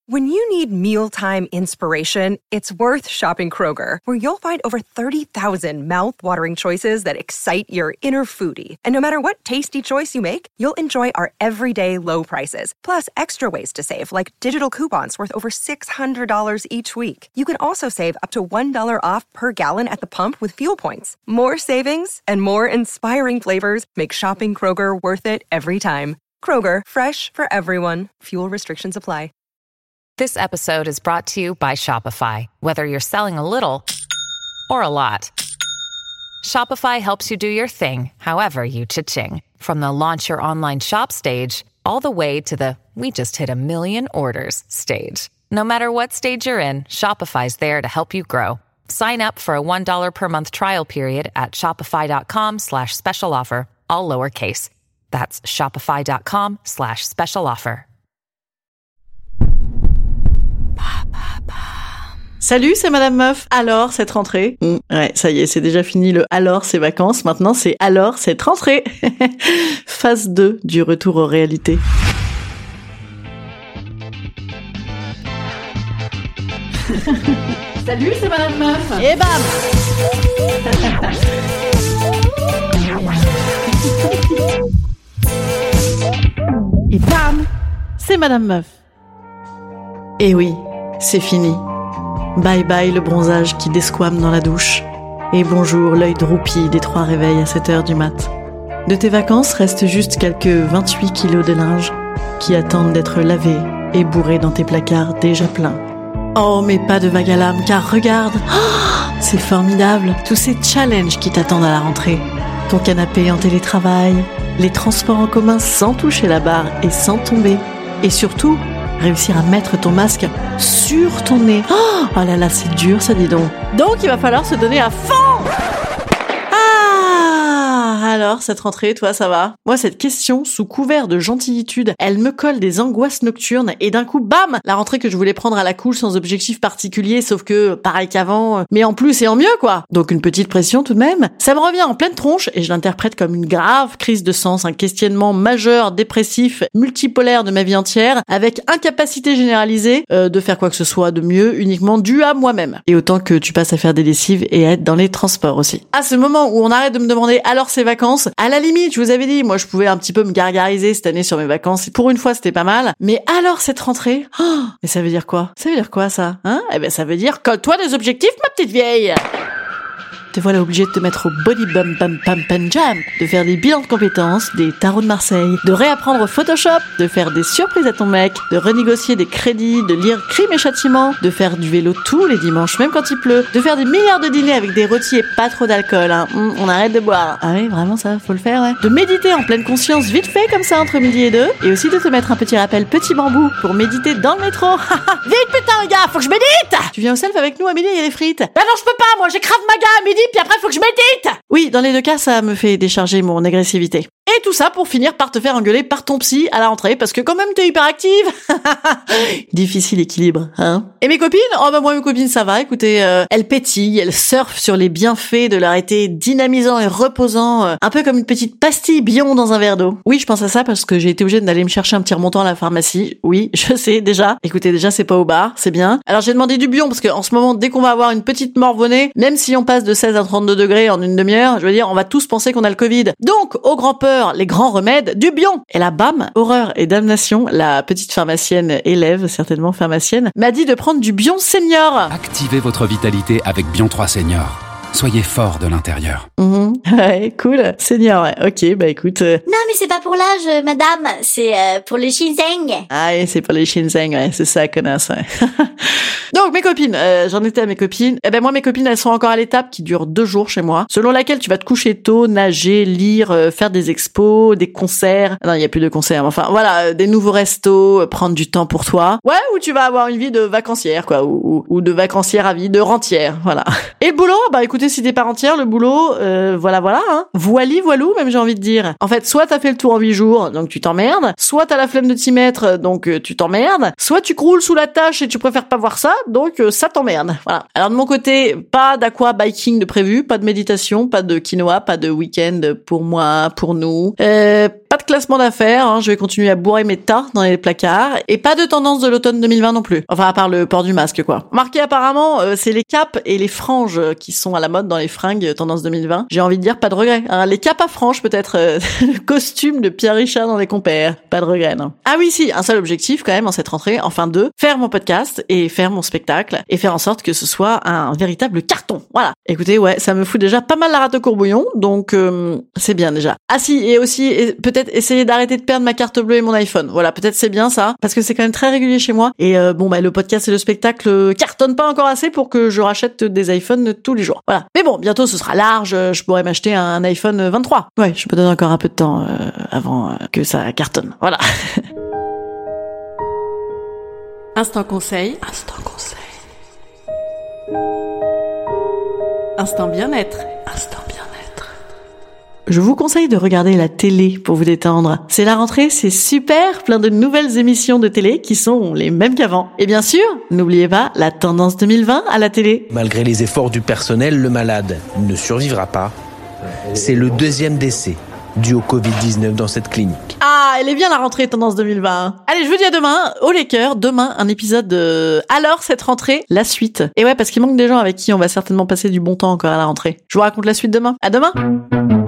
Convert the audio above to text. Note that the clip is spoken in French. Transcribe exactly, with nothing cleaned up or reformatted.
When you need mealtime inspiration, it's worth shopping Kroger, where you'll find over thirty thousand mouth-watering choices that excite your inner foodie. And no matter what tasty choice you make, you'll enjoy our everyday low prices, plus extra ways to save, like digital coupons worth over six hundred dollars each week. You can also save up to one dollar off per gallon at the pump with fuel points. More savings and more inspiring flavors make shopping Kroger worth it every time. Kroger, fresh for everyone. Fuel restrictions apply. This episode is brought to you by Shopify. Whether you're selling a little or a lot, Shopify helps you do your thing, however you cha-ching. From the launch your online shop stage, all the way to the we just hit a million orders stage. No matter what stage you're in, Shopify's there to help you grow. Sign up for a one dollar per month trial period at shopify.com slash special offer, all lowercase. That's shopify.com slash special offer. Salut, c'est Madame Meuf. Alors, cette rentrée mmh, ouais, ça y est, c'est déjà fini le alors, c'est vacances. Maintenant, c'est alors, cette rentrée. Phase deux du retour aux réalités. Salut, c'est Madame Meuf. Et bam. Et bam, c'est Madame Meuf. Et oui, c'est fini. Bye bye le bronzage qui desquame dans la douche. Et bonjour l'œil droupi des trois réveils à sept heures du mat. De tes vacances restent juste quelques vingt-huit kilos de linge qui attendent d'être lavés et bourrés dans tes placards déjà pleins. Oh, mais pas de vague à l'âme, car regarde, oh, c'est formidable, tous ces challenges qui t'attendent à la rentrée. Ton canapé en télétravail, les transports en commun sans toucher la barre et sans tomber. Et surtout, réussir à mettre ton masque sur ton nez. Oh, oh là là, c'est dur ça, dis donc. Donc il va falloir se donner à fond. Ah, alors, cette rentrée, toi, ça va? Moi, cette question, sous couvert de gentillitude, elle me colle des angoisses nocturnes et d'un coup, bam, la rentrée que je voulais prendre à la cool sans objectif particulier, sauf que, pareil qu'avant, mais en plus et en mieux, quoi. Donc une petite pression tout de même. Ça me revient en pleine tronche et je l'interprète comme une grave crise de sens, un questionnement majeur, dépressif, multipolaire de ma vie entière, avec incapacité généralisée euh, de faire quoi que ce soit de mieux, uniquement dû à moi-même. Et autant que tu passes à faire des lessives et à être dans les transports aussi. À ce moment où on arrête de me demander alors ces vacances, à la limite, je vous avais dit, moi je pouvais un petit peu me gargariser cette année sur mes vacances. Pour une fois, c'était pas mal. Mais alors cette rentrée, oh, mais ça veut dire quoi? Ça veut dire quoi ça? Hein? Eh ben ça veut dire colle-toi des objectifs, ma petite vieille. Te voilà obligé de te mettre au body bum bum pam pam jam, de faire des bilans de compétences, des tarots de Marseille, de réapprendre Photoshop, de faire des surprises à ton mec, de renégocier des crédits, de lire Crime et Châtiment, de faire du vélo tous les dimanches, même quand il pleut, de faire des milliards de dîners avec des rôtis et pas trop d'alcool, hein. Mmh, on arrête de boire. Ah oui, vraiment ça, faut le faire, ouais. De méditer en pleine conscience vite fait comme ça entre midi et deux, et aussi de te mettre un petit rappel petit bambou pour méditer dans le métro. Vite putain les gars, faut que je médite. Tu viens au self avec nous à midi, il y a des frites. Bah non, je peux pas, moi j'ai Krav Maga à midi, puis après faut que je médite. Oui, dans les deux cas, ça me fait décharger mon agressivité. Et tout ça pour finir par te faire engueuler par ton psy à la rentrée parce que quand même t'es hyper active. Difficile équilibre, hein. Et mes copines, oh bah moi mes copines ça va, écoutez, euh, elles pétillent, elles surfent sur les bienfaits de leur été dynamisant et reposant, euh, un peu comme une petite pastille Bion dans un verre d'eau. Oui, je pense à ça parce que j'ai été obligée d'aller me chercher un petit remontant à la pharmacie. Oui, je sais déjà. Écoutez, déjà c'est pas au bar, c'est bien. Alors j'ai demandé du Bion parce que en ce moment, dès qu'on va avoir une petite morvonnée, même si on passe de seize à trente-deux degrés en une demi-heure, je veux dire, on va tous penser qu'on a le Covid. Donc, au grand peur, les grands remèdes, du Bion. Et là, bam, horreur et damnation, la petite pharmacienne élève, certainement pharmacienne, m'a dit de prendre du Bion Senior. Activez votre vitalité avec Bion trois Senior. Soyez fort de l'intérieur. Mmh, ouais, cool. Senior, ouais. Ok, bah écoute. Euh... Non, mais c'est pas pour l'âge, euh, madame. C'est euh, pour le ginseng. Ah, oui, c'est pour les ginseng, ouais. C'est ça, connasse, ouais. Donc, mes copines, euh, j'en étais à mes copines. Eh ben, moi, mes copines, elles sont encore à l'étape qui dure deux jours chez moi, selon laquelle tu vas te coucher tôt, nager, lire, euh, faire des expos, des concerts. Non, il y a plus de concerts. Enfin, voilà, euh, des nouveaux restos, euh, prendre du temps pour toi. Ouais, ou tu vas avoir une vie de vacancière, quoi, ou, ou, ou de vacancière à vie, de rentière, voilà. Et le boulot, bah, écoutez, nécessité par entière, le boulot, euh, voilà, voilà, hein. Voili, voilou, même j'ai envie de dire. En fait, soit t'as fait le tour en huit jours, donc tu t'emmerdes, soit t'as la flemme de t'y mettre, donc euh, tu t'emmerdes, soit tu croules sous la tâche et tu préfères pas voir ça, donc euh, ça t'emmerde. Voilà. Alors de mon côté, pas d'aqua biking de prévu, pas de méditation, pas de quinoa, pas de week-end pour moi, pour nous, euh, pas de classement d'affaires, hein, je vais continuer à bourrer mes tas dans les placards, et pas de tendance de l'automne deux mille vingt non plus. Enfin, à part le port du masque, quoi. Marqué apparemment, euh, c'est les capes et les franges qui sont à la mode dans les fringues tendance deux mille vingt. J'ai envie de dire pas de regret. Hein. Les capes à franges, peut-être, euh, le costume de Pierre Richard dans Les Compères. Pas de regret, non. Ah oui, si, un seul objectif quand même en cette rentrée, enfin deux, faire mon podcast et faire mon spectacle et faire en sorte que ce soit un véritable carton. Voilà. Écoutez, ouais, ça me fout déjà pas mal la rate au courbouillon, donc euh, c'est bien déjà. Ah si, et aussi et peut-être essayer d'arrêter de perdre ma carte bleue et mon iPhone. Voilà, peut-être c'est bien ça, parce que c'est quand même très régulier chez moi. Et euh, bon, bah le podcast et le spectacle cartonnent pas encore assez pour que je rachète des iPhones tous les jours. Voilà. Mais bon, bientôt ce sera large, je pourrais m'acheter un iPhone vingt-trois. Ouais, je me donne encore un peu de temps euh, avant euh, que ça cartonne. Voilà. Instant conseil. Instant conseil. Instant bien-être. Instant bien-être. Je vous conseille de regarder la télé pour vous détendre. C'est la rentrée, c'est super, plein de nouvelles émissions de télé qui sont les mêmes qu'avant. Et bien sûr, n'oubliez pas la tendance deux mille vingt à la télé. Malgré les efforts du personnel, le malade ne survivra pas. C'est le deuxième décès dû au covid dix-neuf dans cette clinique. Ah, elle est bien la rentrée tendance deux mille vingt. Allez, je vous dis à demain. Au les cœurs, demain, un épisode de... Alors, cette rentrée, la suite. Et ouais, parce qu'il manque des gens avec qui on va certainement passer du bon temps encore à la rentrée. Je vous raconte la suite demain. À demain.